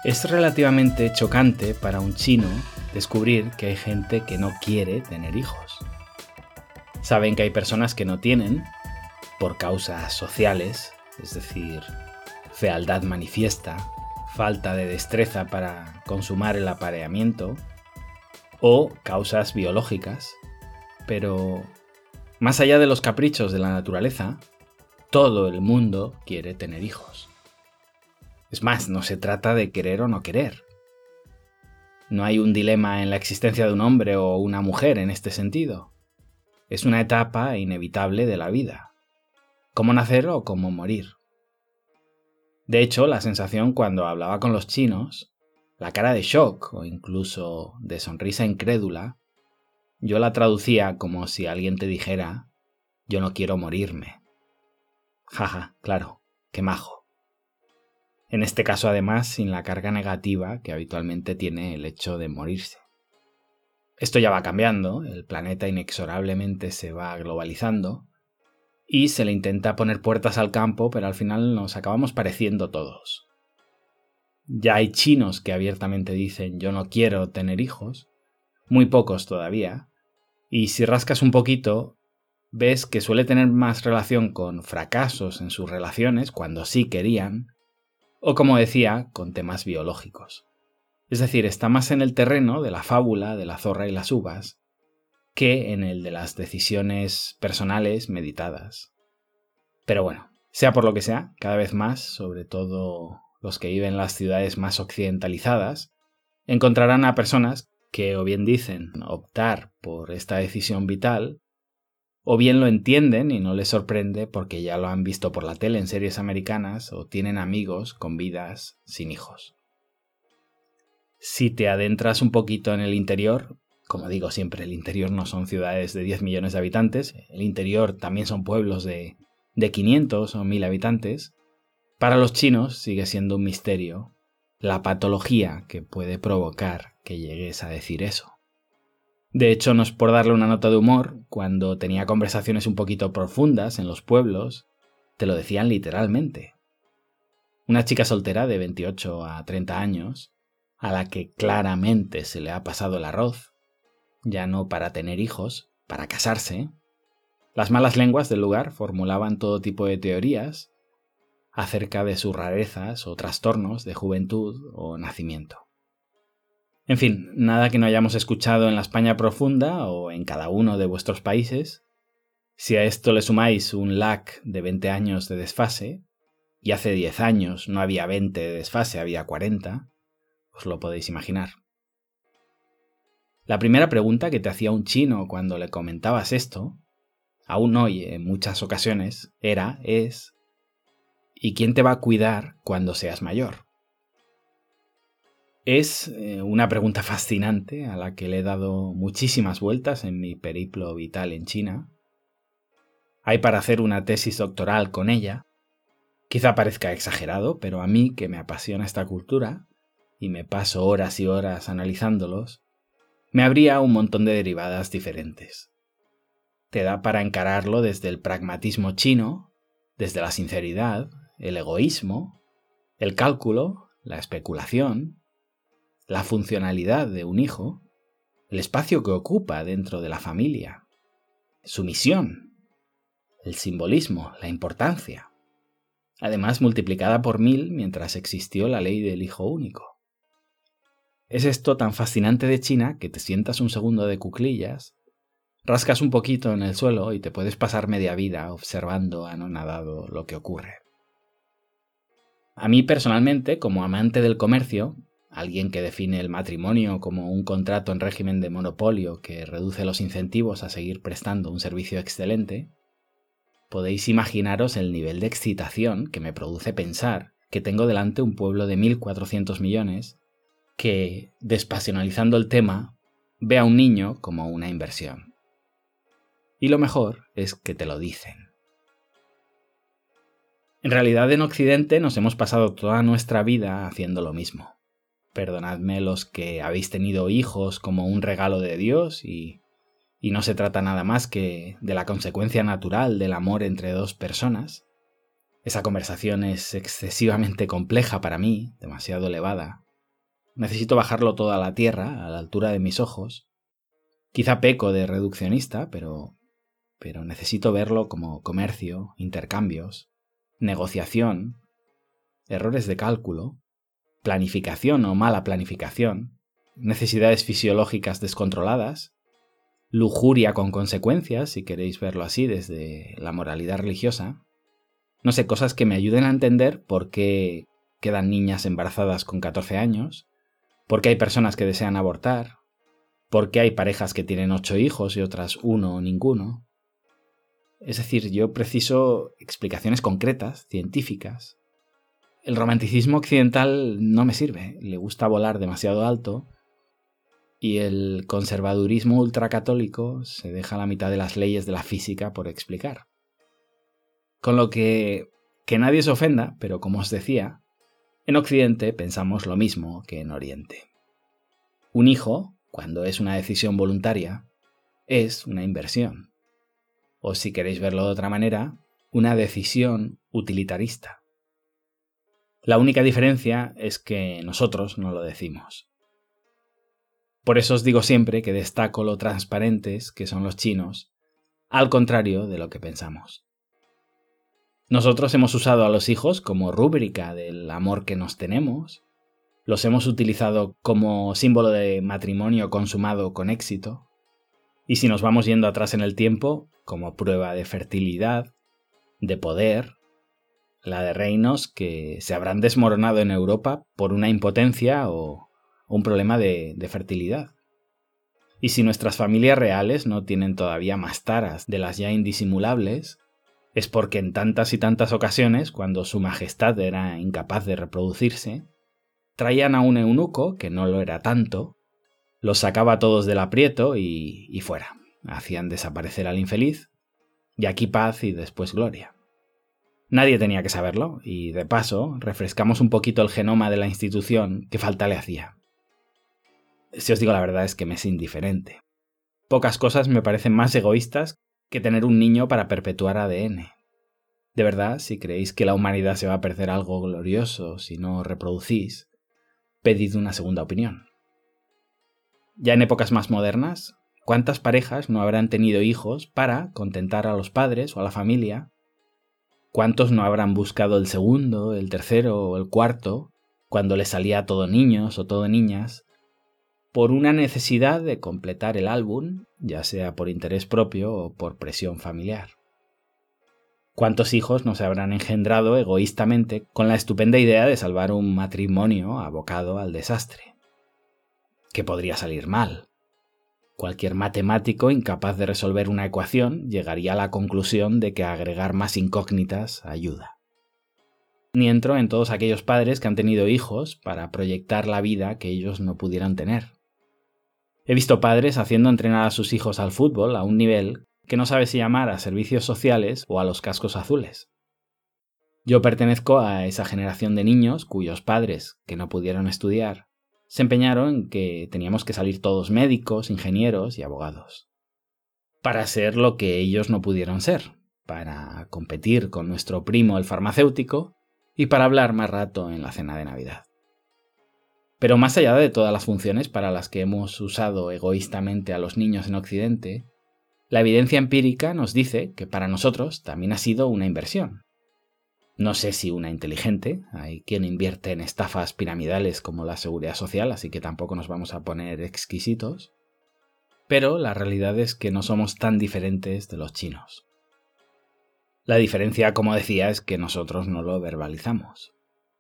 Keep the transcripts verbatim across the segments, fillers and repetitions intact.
Es relativamente chocante para un chino descubrir que hay gente que no quiere tener hijos. Saben que hay personas que no tienen por causas sociales, es decir, fealdad manifiesta, falta de destreza para consumar el apareamiento, o causas biológicas. Pero, más allá de los caprichos de la naturaleza, todo el mundo quiere tener hijos. Es más, no se trata de querer o no querer. No hay un dilema en la existencia de un hombre o una mujer en este sentido. Es una etapa inevitable de la vida. Cómo nacer o cómo morir. De hecho, la sensación cuando hablaba con los chinos, la cara de shock o incluso de sonrisa incrédula, yo la traducía como si alguien te dijera: yo no quiero morirme. Jaja, claro, qué majo. En este caso, además, sin la carga negativa que habitualmente tiene el hecho de morirse. Esto ya va cambiando, el planeta inexorablemente se va globalizando y se le intenta poner puertas al campo, pero al final nos acabamos pareciendo todos. Ya hay chinos que abiertamente dicen: yo no quiero tener hijos, muy pocos todavía, y si rascas un poquito, ves que suele tener más relación con fracasos en sus relaciones cuando sí querían, o como decía, con temas biológicos. Es decir, está más en el terreno de la fábula de la zorra y las uvas que en el de las decisiones personales meditadas. Pero bueno, sea por lo que sea, cada vez más, sobre todo los que viven en las ciudades más occidentalizadas, encontrarán a personas que o bien dicen optar por esta decisión vital, o bien lo entienden y no les sorprende porque ya lo han visto por la tele en series americanas o tienen amigos con vidas sin hijos. Si te adentras un poquito en el interior, como digo siempre, el interior no son ciudades de diez millones de habitantes, el interior también son pueblos de, de quinientos o mil habitantes, para los chinos sigue siendo un misterio la patología que puede provocar que llegues a decir eso. De hecho, no es por darle una nota de humor, cuando tenía conversaciones un poquito profundas en los pueblos, te lo decían literalmente. Una chica soltera de veintiocho a treinta años, a la que claramente se le ha pasado el arroz, ya no para tener hijos, para casarse. Las malas lenguas del lugar formulaban todo tipo de teorías acerca de sus rarezas o trastornos de juventud o nacimiento. En fin, nada que no hayamos escuchado en la España profunda o en cada uno de vuestros países. Si a esto le sumáis un lag de veinte años de desfase, y hace diez años no había veinte de desfase, había cuarenta, os lo podéis imaginar. La primera pregunta que te hacía un chino cuando le comentabas esto, aún hoy en muchas ocasiones, era, es: ¿y quién te va a cuidar cuando seas mayor? Es eh, una pregunta fascinante a la que le he dado muchísimas vueltas en mi periplo vital en China. Hay para hacer una tesis doctoral con ella. Quizá parezca exagerado, pero a mí, que me apasiona esta cultura y me paso horas y horas analizándolos, me habría un montón de derivadas diferentes. Te da para encararlo desde el pragmatismo chino, desde la sinceridad, el egoísmo, el cálculo, la especulación, la funcionalidad de un hijo, el espacio que ocupa dentro de la familia, su misión, el simbolismo, la importancia, además multiplicada por mil mientras existió la ley del hijo único. Es esto tan fascinante de China que te sientas un segundo de cuclillas, rascas un poquito en el suelo y te puedes pasar media vida observando anonadado lo que ocurre. A mí personalmente, como amante del comercio, alguien que define el matrimonio como un contrato en régimen de monopolio que reduce los incentivos a seguir prestando un servicio excelente, podéis imaginaros el nivel de excitación que me produce pensar que tengo delante un pueblo de mil cuatrocientos millones que, despasionalizando el tema, ve a un niño como una inversión. Y lo mejor es que te lo dicen. En realidad, en Occidente nos hemos pasado toda nuestra vida haciendo lo mismo. Perdonadme los que habéis tenido hijos como un regalo de Dios y, y no se trata nada más que de la consecuencia natural del amor entre dos personas. Esa conversación es excesivamente compleja para mí, demasiado elevada. necesito bajarlo todo a la tierra, a la altura de mis ojos. Quizá peco de reduccionista, pero, pero necesito verlo como comercio, intercambios, negociación, errores de cálculo, planificación o mala planificación, necesidades fisiológicas descontroladas, lujuria con consecuencias, si queréis verlo así desde la moralidad religiosa. No sé, cosas que me ayuden a entender por qué quedan niñas embarazadas con catorce años, por qué hay personas que desean abortar, por qué hay parejas que tienen ocho hijos y otras uno o ninguno. Es decir, yo preciso explicaciones concretas, científicas. El romanticismo occidental no me sirve, le gusta volar demasiado alto, y el conservadurismo ultracatólico se deja la mitad de las leyes de la física por explicar. Con lo que, que nadie se ofenda, pero como os decía, en Occidente pensamos lo mismo que en Oriente. Un hijo, cuando es una decisión voluntaria, es una inversión. O si queréis verlo de otra manera, una decisión utilitarista. La única diferencia es que nosotros no lo decimos. Por eso os digo siempre que destaco lo transparentes que son los chinos, al contrario de lo que pensamos. Nosotros hemos usado a los hijos como rúbrica del amor que nos tenemos, los hemos utilizado como símbolo de matrimonio consumado con éxito, y si nos vamos yendo atrás en el tiempo, como prueba de fertilidad, de poder, la de reinos que se habrán desmoronado en Europa por una impotencia o un problema de, de fertilidad. Y si nuestras familias reales no tienen todavía más taras de las ya indisimulables, es porque en tantas y tantas ocasiones, cuando su majestad era incapaz de reproducirse, traían a un eunuco, que no lo era tanto, los sacaba a todos del aprieto y, y fuera. Hacían desaparecer al infeliz, y aquí paz y después gloria. Nadie tenía que saberlo, y de paso refrescamos un poquito el genoma de la institución que falta le hacía. Si os digo la verdad es que me es indiferente. Pocas cosas me parecen más egoístas que tener un niño para perpetuar A D N. De verdad, si creéis que la humanidad se va a perder algo glorioso si no reproducís, pedid una segunda opinión. Ya en épocas más modernas, ¿cuántas parejas no habrán tenido hijos para contentar a los padres o a la familia? ¿Cuántos no habrán buscado el segundo, el tercero o el cuarto cuando les salía todo niños o todo niñas, por una necesidad de completar el álbum, ya sea por interés propio o por presión familiar? ¿Cuántos hijos no se habrán engendrado egoístamente con la estupenda idea de salvar un matrimonio abocado al desastre? ¿Qué podría salir mal? Cualquier matemático incapaz de resolver una ecuación llegaría a la conclusión de que agregar más incógnitas ayuda. Ni entro en todos aquellos padres que han tenido hijos para proyectar la vida que ellos no pudieran tener. He visto padres haciendo entrenar a sus hijos al fútbol a un nivel que no sabe si llamar a servicios sociales o a los cascos azules. Yo pertenezco a esa generación de niños cuyos padres, que no pudieron estudiar, se empeñaron en que teníamos que salir todos médicos, ingenieros y abogados. Para ser lo que ellos no pudieron ser, para competir con nuestro primo el farmacéutico y para hablar más rato en la cena de Navidad. Pero más allá de todas las funciones para las que hemos usado egoístamente a los niños en Occidente, la evidencia empírica nos dice que para nosotros también ha sido una inversión. No sé si una inteligente, hay quien invierte en estafas piramidales como la seguridad social, así que tampoco nos vamos a poner exquisitos, pero la realidad es que no somos tan diferentes de los chinos. La diferencia, como decía, es que nosotros no lo verbalizamos.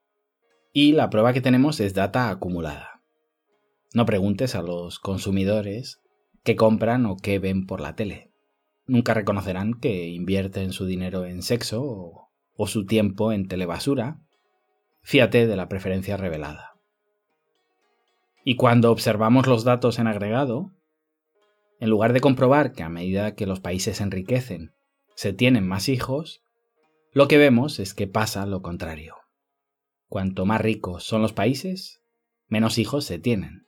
Y la prueba que tenemos es data acumulada. No preguntes a los consumidores qué compran o qué ven por la tele. Nunca reconocerán que invierten su dinero en sexo o o su tiempo en telebasura. Fíate de la preferencia revelada. Y cuando observamos los datos en agregado, en lugar de comprobar que a medida que los países se enriquecen, se tienen más hijos, lo que vemos es que pasa lo contrario. Cuanto más ricos son los países, menos hijos se tienen.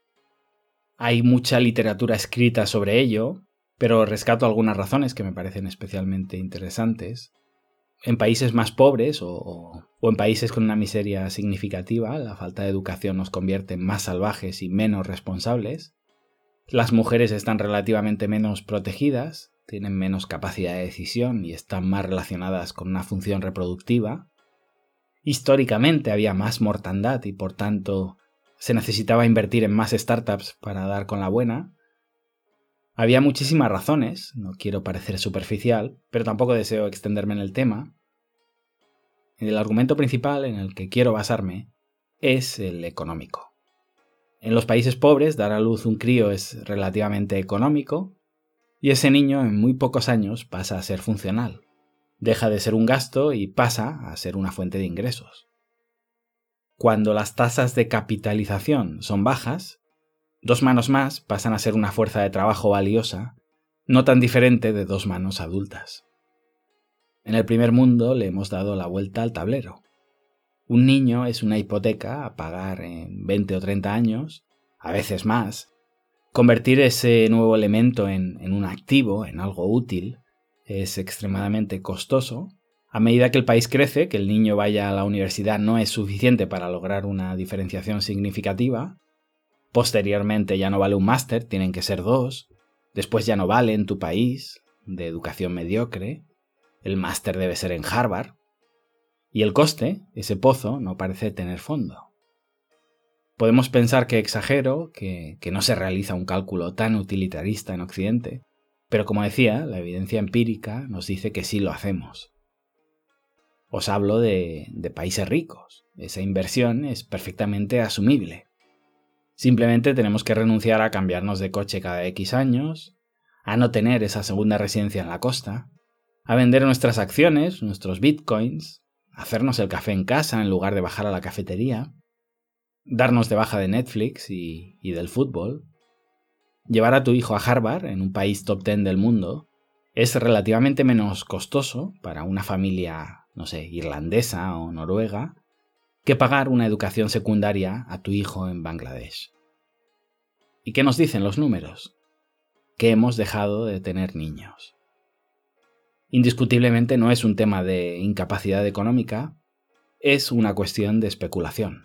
Hay mucha literatura escrita sobre ello, pero rescato algunas razones que me parecen especialmente interesantes. En países más pobres o, o en países con una miseria significativa, la falta de educación nos convierte en más salvajes y menos responsables. Las mujeres están relativamente menos protegidas, tienen menos capacidad de decisión y están más relacionadas con una función reproductiva. Históricamente había más mortandad y por tanto se necesitaba invertir en más startups para dar con la buena. Había muchísimas razones, no quiero parecer superficial, pero tampoco deseo extenderme en el tema. El argumento principal en el que quiero basarme es el económico. En los países pobres, dar a luz un crío es relativamente económico y ese niño en muy pocos años pasa a ser funcional. Deja de ser un gasto y pasa a ser una fuente de ingresos. Cuando las tasas de capitalización son bajas, dos manos más pasan a ser una fuerza de trabajo valiosa, no tan diferente de dos manos adultas. En el primer mundo le hemos dado la vuelta al tablero. Un niño es una hipoteca a pagar en veinte o treinta años, a veces más. Convertir ese nuevo elemento en, en un activo, en algo útil, es extremadamente costoso. A medida que el país crece, que el niño vaya a la universidad no es suficiente para lograr una diferenciación significativa. Posteriormente ya no vale un máster, tienen que ser dos. Después ya no vale en tu país, de educación mediocre. El máster debe ser en Harvard. Y el coste, ese pozo, no parece tener fondo. Podemos pensar que exagero, que, que no se realiza un cálculo tan utilitarista en Occidente, pero como decía, la evidencia empírica nos dice que sí lo hacemos. Os hablo de, de países ricos. Esa inversión es perfectamente asumible. Simplemente tenemos que renunciar a cambiarnos de coche cada X años, a no tener esa segunda residencia en la costa, a vender nuestras acciones, nuestros bitcoins, hacernos el café en casa en lugar de bajar a la cafetería, darnos de baja de Netflix y, y del fútbol. Llevar a tu hijo a Harvard, en un país top diez del mundo, es relativamente menos costoso para una familia, no sé, irlandesa o noruega, que pagar una educación secundaria a tu hijo en Bangladesh. ¿Y qué nos dicen los números? Que hemos dejado de tener niños. Indiscutiblemente no es un tema de incapacidad económica, es una cuestión de especulación.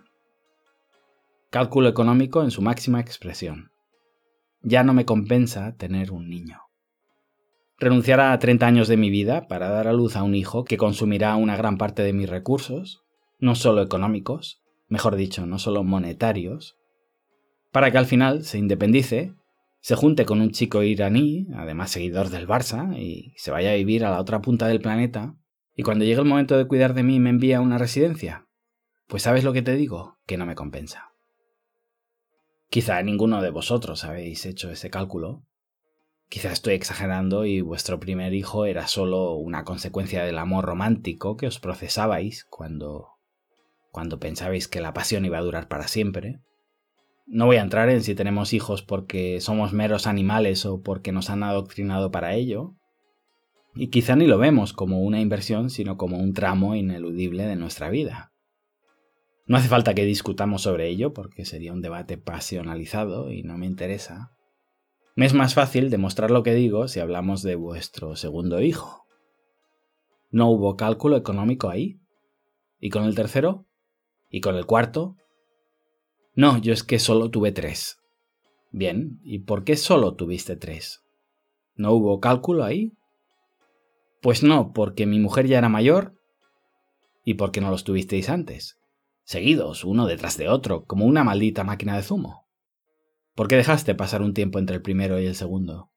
Cálculo económico en su máxima expresión. Ya no me compensa tener un niño. Renunciar a treinta años de mi vida para dar a luz a un hijo que consumirá una gran parte de mis recursos, no solo económicos, mejor dicho, no solo monetarios, para que al final se independice, se junte con un chico iraní, además seguidor del Barça, y se vaya a vivir a la otra punta del planeta, y cuando llegue el momento de cuidar de mí me envía a una residencia. Pues ¿sabes lo que te digo? Que no me compensa. Quizá ninguno de vosotros habéis hecho ese cálculo. Quizá estoy exagerando y vuestro primer hijo era solo una consecuencia del amor romántico que os procesabais cuando, cuando pensabais que la pasión iba a durar para siempre. No voy a entrar en si tenemos hijos porque somos meros animales o porque nos han adoctrinado para ello. Y quizá ni lo vemos como una inversión, sino como un tramo ineludible de nuestra vida. No hace falta que discutamos sobre ello porque sería un debate pasionalizado y no me interesa. Me es más fácil demostrar lo que digo si hablamos de vuestro segundo hijo. ¿No hubo cálculo económico ahí? ¿Y con el tercero? ¿Y con el cuarto? No, yo es que solo tuve tres. Bien, ¿y por qué solo tuviste tres? ¿No hubo cálculo ahí? Pues no, porque mi mujer ya era mayor y porque no los tuvisteis antes, seguidos, uno detrás de otro, como una maldita máquina de zumo. ¿Por qué dejaste pasar un tiempo entre el primero y el segundo?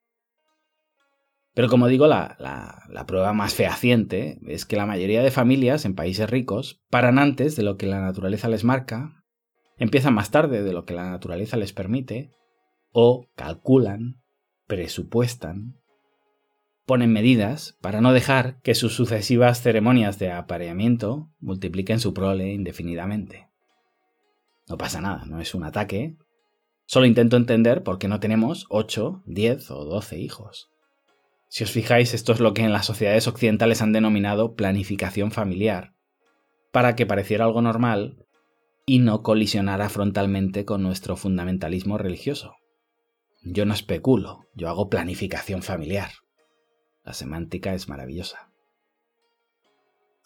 Pero como digo, la, la, la prueba más fehaciente es que la mayoría de familias en países ricos paran antes de lo que la naturaleza les marca, empiezan más tarde de lo que la naturaleza les permite, o calculan, presupuestan, ponen medidas para no dejar que sus sucesivas ceremonias de apareamiento multipliquen su prole indefinidamente. No pasa nada, no es un ataque. Solo intento entender por qué no tenemos ocho, diez o doce hijos. Si os fijáis, esto es lo que en las sociedades occidentales han denominado planificación familiar, para que pareciera algo normal y no colisionara frontalmente con nuestro fundamentalismo religioso. Yo no especulo, yo hago planificación familiar. La semántica es maravillosa.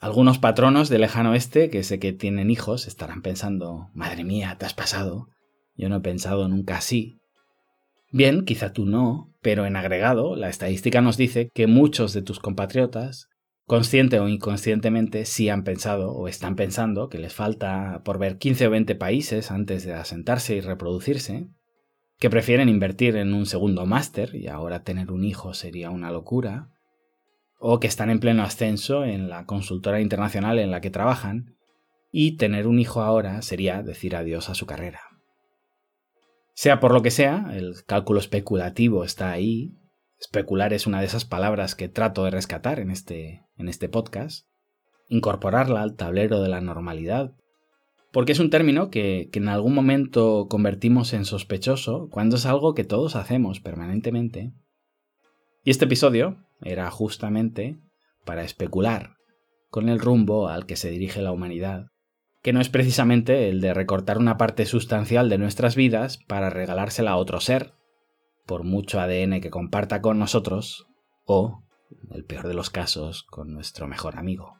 Algunos patronos del lejano oeste que sé que tienen hijos estarán pensando, madre mía, te has pasado. Yo no he pensado nunca así. Bien, quizá tú no, pero en agregado, la estadística nos dice que muchos de tus compatriotas, consciente o inconscientemente, sí han pensado o están pensando que les falta por ver quince o veinte países antes de asentarse y reproducirse, que prefieren invertir en un segundo máster y ahora tener un hijo sería una locura, o que están en pleno ascenso en la consultora internacional en la que trabajan, y tener un hijo ahora sería decir adiós a su carrera. Sea por lo que sea, el cálculo especulativo está ahí. Especular es una de esas palabras que trato de rescatar en este, en este podcast, incorporarla al tablero de la normalidad, porque es un término que, que en algún momento convertimos en sospechoso cuando es algo que todos hacemos permanentemente. Y este episodio era justamente para especular con el rumbo al que se dirige la humanidad, que no es precisamente el de recortar una parte sustancial de nuestras vidas para regalársela a otro ser, por mucho A D N que comparta con nosotros, o, en el peor de los casos, con nuestro mejor amigo.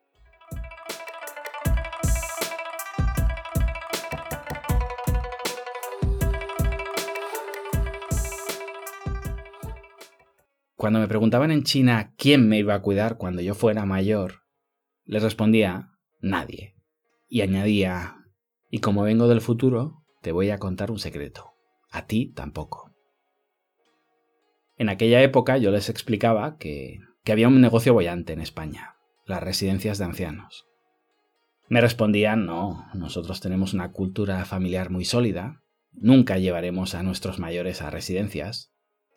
Cuando me preguntaban en China quién me iba a cuidar cuando yo fuera mayor, les respondía, nadie. Y añadía, y como vengo del futuro, te voy a contar un secreto. A ti tampoco. En aquella época yo les explicaba que, que había un negocio boyante en España, las residencias de ancianos. Me respondían, no, nosotros tenemos una cultura familiar muy sólida, nunca llevaremos a nuestros mayores a residencias.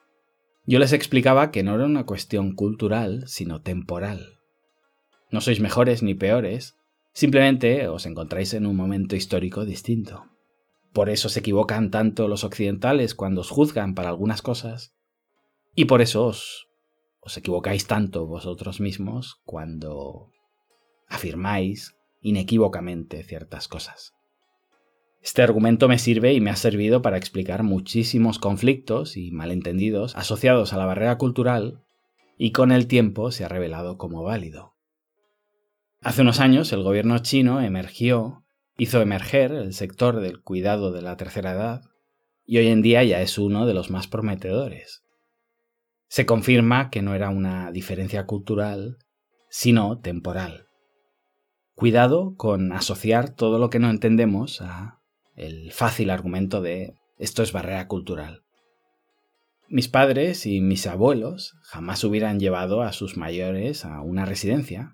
Yo les explicaba que no era una cuestión cultural, sino temporal. No sois mejores ni peores, simplemente os encontráis en un momento histórico distinto. Por eso se equivocan tanto los occidentales cuando os juzgan para algunas cosas, y por eso os, os equivocáis tanto vosotros mismos cuando afirmáis inequívocamente ciertas cosas. Este argumento me sirve y me ha servido para explicar muchísimos conflictos y malentendidos asociados a la barrera cultural, y con el tiempo se ha revelado como válido. Hace unos años el gobierno chino emergió, hizo emerger el sector del cuidado de la tercera edad, y hoy en día ya es uno de los más prometedores. Se confirma que no era una diferencia cultural, sino temporal. Cuidado con asociar todo lo que no entendemos a el fácil argumento de esto es barrera cultural. Mis padres y mis abuelos jamás hubieran llevado a sus mayores a una residencia.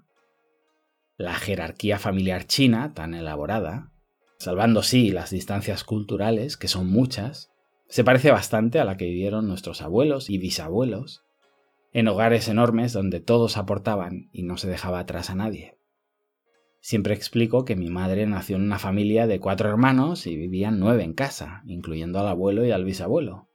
La jerarquía familiar china, tan elaborada, salvando sí las distancias culturales, que son muchas, se parece bastante a la que vivieron nuestros abuelos y bisabuelos, en hogares enormes donde todos aportaban y no se dejaba atrás a nadie. Siempre explico que mi madre nació en una familia de cuatro hermanos y vivían nueve en casa, incluyendo al abuelo y al bisabuelo.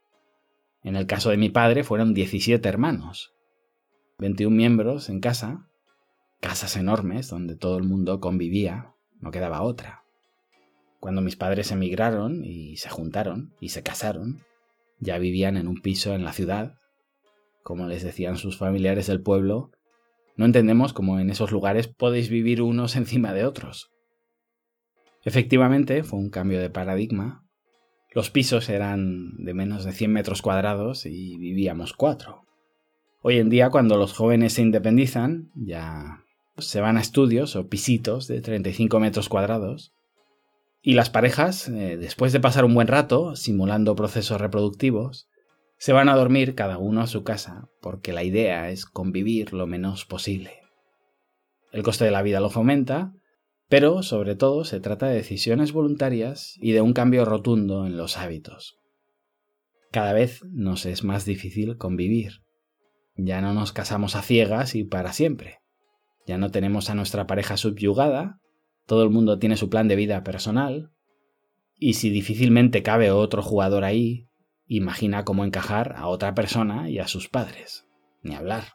En el caso de mi padre fueron diecisiete hermanos, veintiún miembros en casa, casas enormes donde todo el mundo convivía, no quedaba otra. Cuando mis padres emigraron y se juntaron y se casaron, ya vivían en un piso en la ciudad. Como les decían sus familiares del pueblo, no entendemos cómo en esos lugares podéis vivir unos encima de otros. Efectivamente, fue un cambio de paradigma. Los pisos eran de menos de cien metros cuadrados y vivíamos cuatro. Hoy en día, cuando los jóvenes se independizan, ya se van a estudios o pisitos de treinta y cinco metros cuadrados. Y las parejas, eh, después de pasar un buen rato simulando procesos reproductivos, se van a dormir cada uno a su casa porque la idea es convivir lo menos posible. El coste de la vida lo fomenta, pero sobre todo se trata de decisiones voluntarias y de un cambio rotundo en los hábitos. Cada vez nos es más difícil convivir. Ya no nos casamos a ciegas y para siempre. Ya no tenemos a nuestra pareja subyugada, todo el mundo tiene su plan de vida personal, y si difícilmente cabe otro jugador ahí, imagina cómo encajar a otra persona y a sus padres. Ni hablar.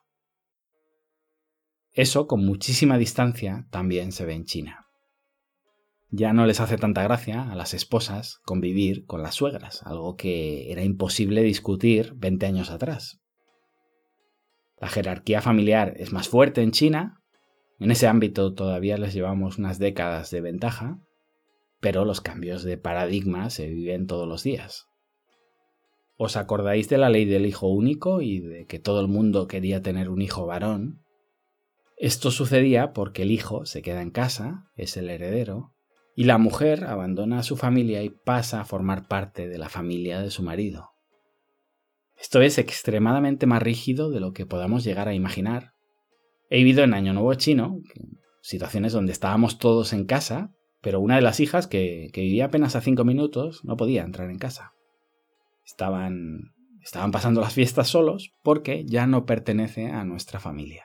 Eso, con muchísima distancia, también se ve en China. Ya no les hace tanta gracia a las esposas convivir con las suegras, algo que era imposible discutir veinte años atrás. La jerarquía familiar es más fuerte en China, En ese ámbito todavía les llevamos unas décadas de ventaja, pero los cambios de paradigma se viven todos los días. ¿Os acordáis de la ley del hijo único y de que todo el mundo quería tener un hijo varón? Esto sucedía porque el hijo se queda en casa, es el heredero, y la mujer abandona a su familia y pasa a formar parte de la familia de su marido. Esto es extremadamente más rígido de lo que podamos llegar a imaginar. He vivido en Año Nuevo chino, situaciones donde estábamos todos en casa, pero una de las hijas, que, que vivía apenas a cinco minutos, no podía entrar en casa. Estaban, estaban pasando las fiestas solos porque ya no pertenece a nuestra familia.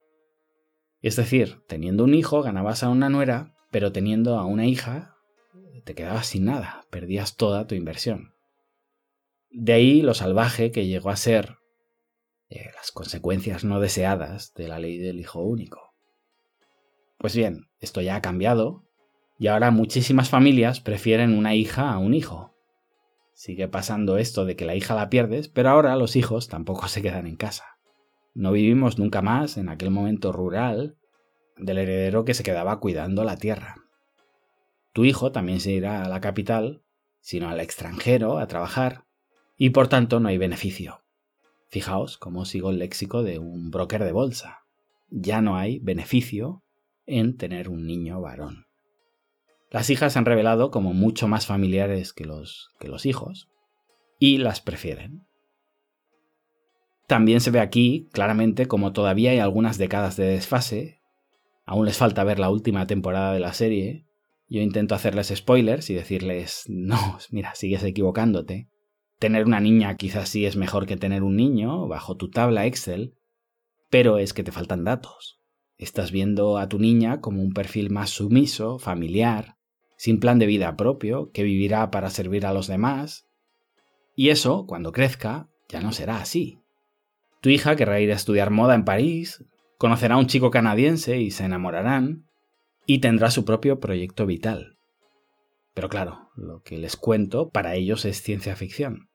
Es decir, teniendo un hijo ganabas a una nuera, pero teniendo a una hija te quedabas sin nada, perdías toda tu inversión. De ahí lo salvaje que llegó a ser eh, las consecuencias no deseadas de la ley del hijo único. Pues bien, esto ya ha cambiado y ahora muchísimas familias prefieren una hija a un hijo. Sigue pasando esto de que la hija la pierdes, pero ahora los hijos tampoco se quedan en casa. No vivimos nunca más en aquel momento rural del heredero que se quedaba cuidando la tierra. Tu hijo también se irá a la capital, sino al extranjero a trabajar, y por tanto no hay beneficio. Fijaos cómo sigo el léxico de un broker de bolsa. Ya no hay beneficio en tener un niño varón. Las hijas se han revelado como mucho más familiares que los, que los hijos y las prefieren. También se ve aquí claramente como todavía hay algunas décadas de desfase. Aún les falta ver la última temporada de la serie. Yo intento hacerles spoilers y decirles, no, mira, sigues equivocándote. Tener una niña quizás sí es mejor que tener un niño bajo tu tabla Excel, pero es que te faltan datos. Estás viendo a tu niña como un perfil más sumiso, familiar, sin plan de vida propio, que vivirá para servir a los demás. Y eso, cuando crezca, ya no será así. Tu hija querrá ir a estudiar moda en París, conocerá a un chico canadiense y se enamorarán, y tendrá su propio proyecto vital. Pero claro, lo que les cuento para ellos es ciencia ficción.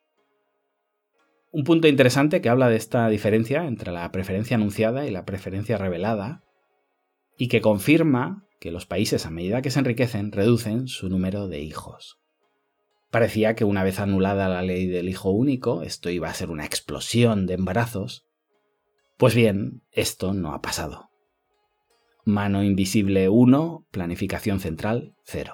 Un punto interesante que habla de esta diferencia entre la preferencia anunciada y la preferencia revelada, y que confirma que los países, a medida que se enriquecen, reducen su número de hijos. Parecía que una vez anulada la ley del hijo único, esto iba a ser una explosión de embarazos. Pues bien, esto no ha pasado. Mano invisible uno, planificación central cero.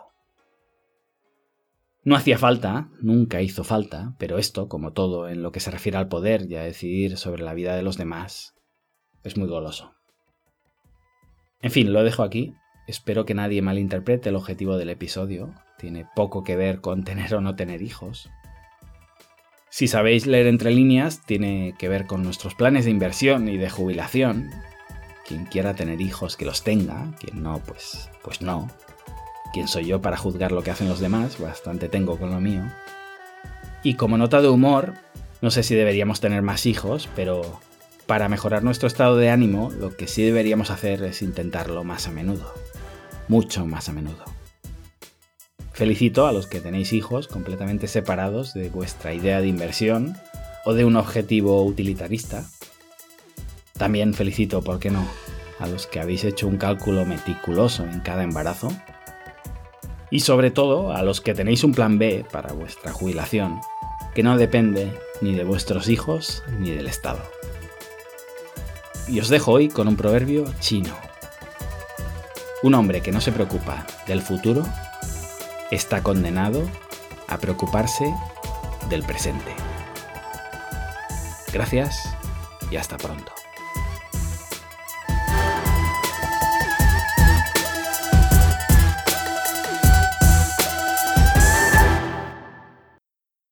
No hacía falta, nunca hizo falta, pero esto, como todo en lo que se refiere al poder y a decidir sobre la vida de los demás, es muy goloso. En fin, lo dejo aquí. Espero que nadie malinterprete el objetivo del episodio. Tiene poco que ver con tener o no tener hijos. Si sabéis leer entre líneas, tiene que ver con nuestros planes de inversión y de jubilación. Quien quiera tener hijos, que los tenga. Quien no, pues, pues no. ¿Quién soy yo para juzgar lo que hacen los demás? Bastante tengo con lo mío. Y como nota de humor, no sé si deberíamos tener más hijos, pero para mejorar nuestro estado de ánimo, lo que sí deberíamos hacer es intentarlo más a menudo. Mucho más a menudo. Felicito a los que tenéis hijos completamente separados de vuestra idea de inversión o de un objetivo utilitarista. También felicito, ¿por qué no?, a los que habéis hecho un cálculo meticuloso en cada embarazo. Y sobre todo a los que tenéis un plan B para vuestra jubilación, que no depende ni de vuestros hijos ni del Estado. Y os dejo hoy con un proverbio chino. Un hombre que no se preocupa del futuro está condenado a preocuparse del presente. Gracias y hasta pronto.